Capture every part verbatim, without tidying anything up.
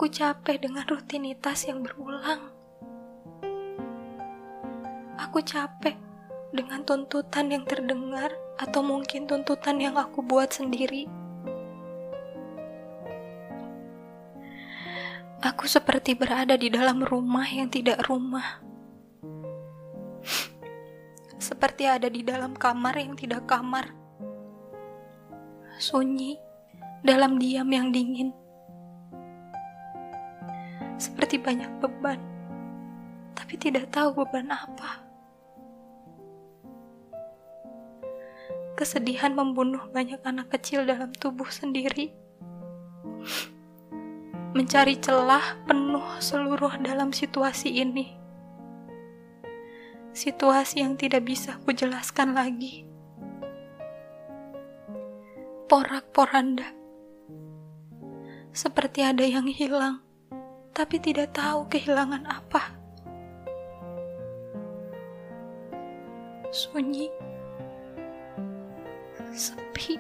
Aku capek dengan rutinitas yang berulang. Aku capek dengan tuntutan yang terdengar atau mungkin tuntutan yang aku buat sendiri. Aku seperti berada di dalam rumah yang tidak rumah. Seperti ada di dalam kamar yang tidak kamar. Sunyi dalam diam yang dingin. Seperti banyak beban, tapi tidak tahu beban apa. Kesedihan membunuh banyak anak kecil dalam tubuh sendiri. Mencari celah penuh seluruh dalam situasi ini. Situasi yang tidak bisa kujelaskan lagi. Porak-poranda. Seperti ada yang hilang, tapi tidak tahu kehilangan apa. Sunyi. Sepi.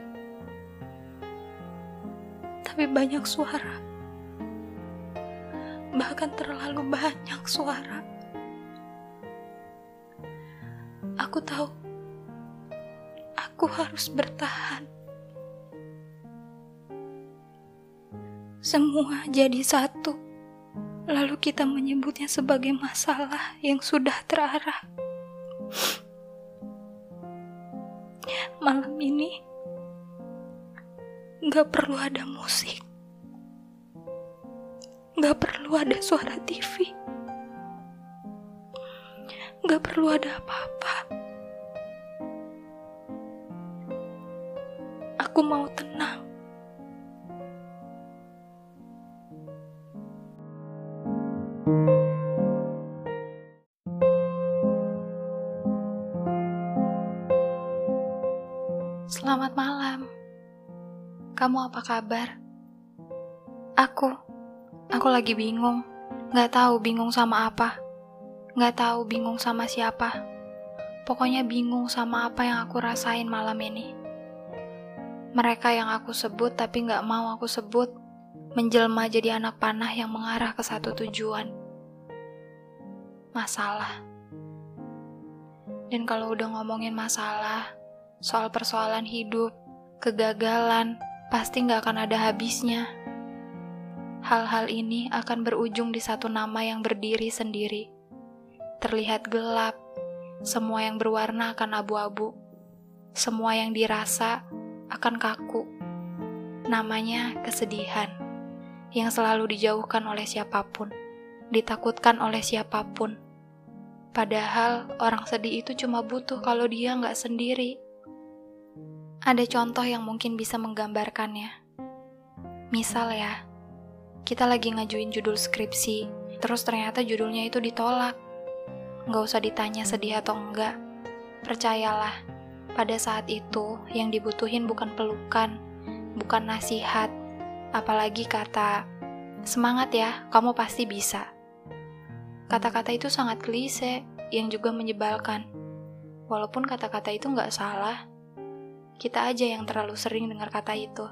Tapi banyak suara. Bahkan terlalu banyak suara. Aku tahu, aku harus bertahan. Semua jadi satu, lalu kita menyebutnya sebagai masalah yang sudah terarah. Malam ini, gak perlu ada musik. Gak perlu ada suara T V. Gak perlu ada apa-apa. Aku mau tenang. Selamat malam. Kamu apa kabar? Aku, aku lagi bingung. Gak tahu bingung sama apa. Gak tahu bingung sama siapa. Pokoknya bingung sama apa yang aku rasain malam ini. Mereka yang aku sebut tapi gak mau aku sebut, menjelma jadi anak panah yang mengarah ke satu tujuan. Masalah. Dan kalau udah ngomongin masalah, soal persoalan hidup, kegagalan, pasti gak akan ada habisnya. Hal-hal ini akan berujung di satu nama yang berdiri sendiri. Terlihat gelap, semua yang berwarna akan abu-abu. Semua yang dirasa akan kaku. Namanya kesedihan, yang selalu dijauhkan oleh siapapun, ditakutkan oleh siapapun. Padahal orang sedih itu cuma butuh kalau dia gak sendiri. Ada contoh yang mungkin bisa menggambarkannya. Misal ya, kita lagi ngajuin judul skripsi, terus ternyata judulnya itu ditolak. Gak usah ditanya sedih atau enggak. Percayalah, pada saat itu yang dibutuhin bukan pelukan, bukan nasihat, apalagi kata, semangat ya, kamu pasti bisa. Kata-kata itu sangat klise, yang juga menyebalkan. Walaupun kata-kata itu gak salah, kita aja yang terlalu sering dengar kata itu.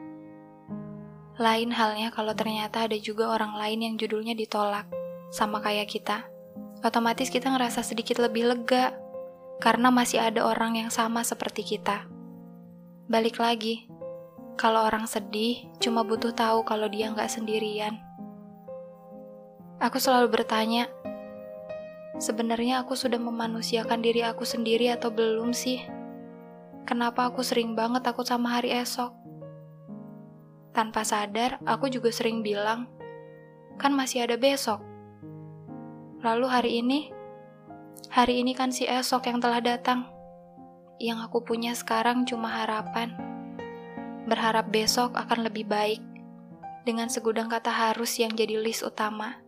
Lain halnya kalau ternyata ada juga orang lain yang judulnya ditolak, sama kayak kita. Otomatis kita ngerasa sedikit lebih lega, karena masih ada orang yang sama seperti kita. Balik lagi, kalau orang sedih, cuma butuh tahu kalau dia nggak sendirian. Aku selalu bertanya, sebenarnya aku sudah memanusiakan diri aku sendiri atau belum sih? Kenapa aku sering banget takut sama hari esok? Tanpa sadar, aku juga sering bilang, kan masih ada besok. Lalu hari ini, hari ini kan si esok yang telah datang. Yang aku punya sekarang cuma harapan. Berharap besok akan lebih baik, dengan segudang kata harus yang jadi list utama.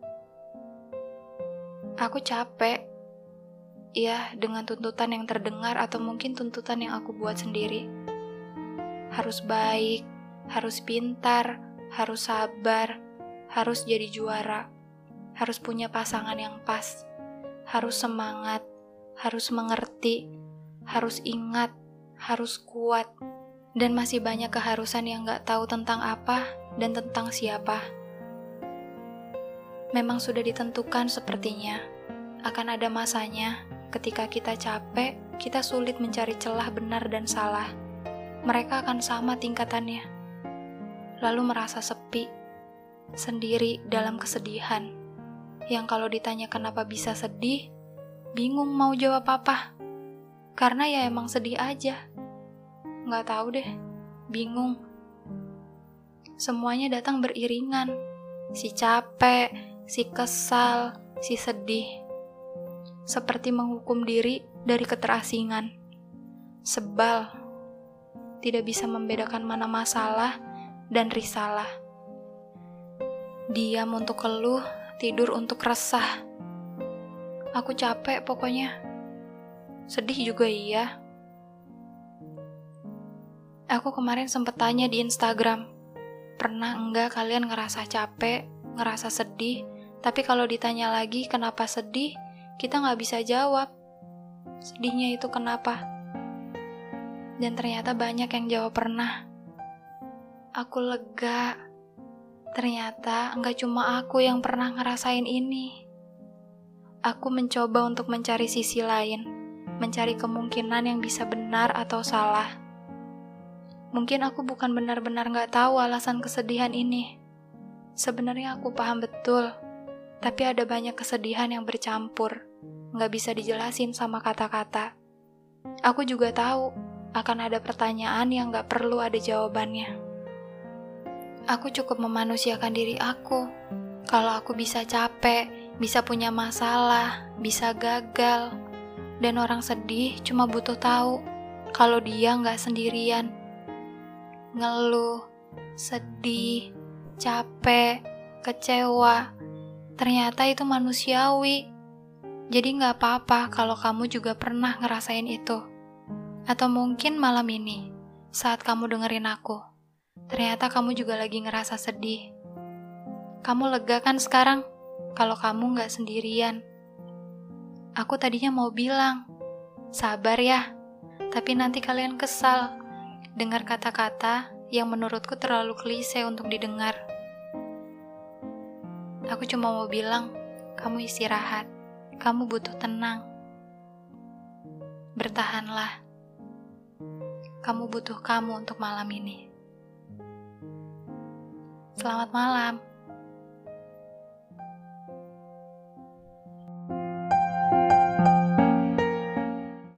Aku capek, ya dengan tuntutan yang terdengar atau mungkin tuntutan yang aku buat sendiri. Harus baik, harus pintar, harus sabar, harus jadi juara. Harus punya pasangan yang pas, harus semangat, harus mengerti, harus ingat, harus kuat, dan masih banyak keharusan yang gak tahu tentang apa dan tentang siapa. Memang sudah ditentukan sepertinya. Akan ada masanya ketika kita capek, kita sulit mencari celah benar dan salah. Mereka akan sama tingkatannya. Lalu merasa sepi, sendiri dalam kesedihan. Yang kalau ditanya kenapa bisa sedih, bingung mau jawab apa. Karena ya emang sedih aja. Nggak tahu deh, bingung. Semuanya datang beriringan. Si capek, si kesal, si sedih. Seperti menghukum diri dari keterasingan. Sebal. Tidak bisa membedakan mana masalah dan risalah. Diam untuk keluh, tidur untuk resah. Aku capek pokoknya. Sedih juga iya. Aku kemarin sempet tanya di Instagram, pernah enggak kalian ngerasa capek, ngerasa sedih, tapi kalau ditanya lagi kenapa sedih, kita nggak bisa jawab. Sedihnya itu kenapa? Dan ternyata banyak yang jawab pernah. Aku lega. Ternyata nggak cuma aku yang pernah ngerasain ini. Aku mencoba untuk mencari sisi lain, mencari kemungkinan yang bisa benar atau salah. Mungkin aku bukan benar-benar nggak tahu alasan kesedihan ini. Sebenarnya aku paham betul, tapi ada banyak kesedihan yang bercampur, nggak bisa dijelasin sama kata-kata. Aku juga tahu akan ada pertanyaan yang nggak perlu ada jawabannya. Aku cukup memanusiakan diri aku. Kalau aku bisa capek, bisa punya masalah, bisa gagal, dan orang sedih cuma butuh tahu kalau dia nggak sendirian. Ngeluh, sedih, capek, kecewa, ternyata itu manusiawi. Jadi nggak apa-apa kalau kamu juga pernah ngerasain itu. Atau mungkin malam ini, saat kamu dengerin aku, ternyata kamu juga lagi ngerasa sedih. Kamu lega kan sekarang kalau kamu nggak sendirian? Aku tadinya mau bilang, sabar ya, tapi nanti kalian kesal dengar kata-kata yang menurutku terlalu klise untuk didengar. Aku cuma mau bilang, kamu istirahat, kamu butuh tenang. Bertahanlah. Kamu butuh kamu untuk malam ini. Selamat malam.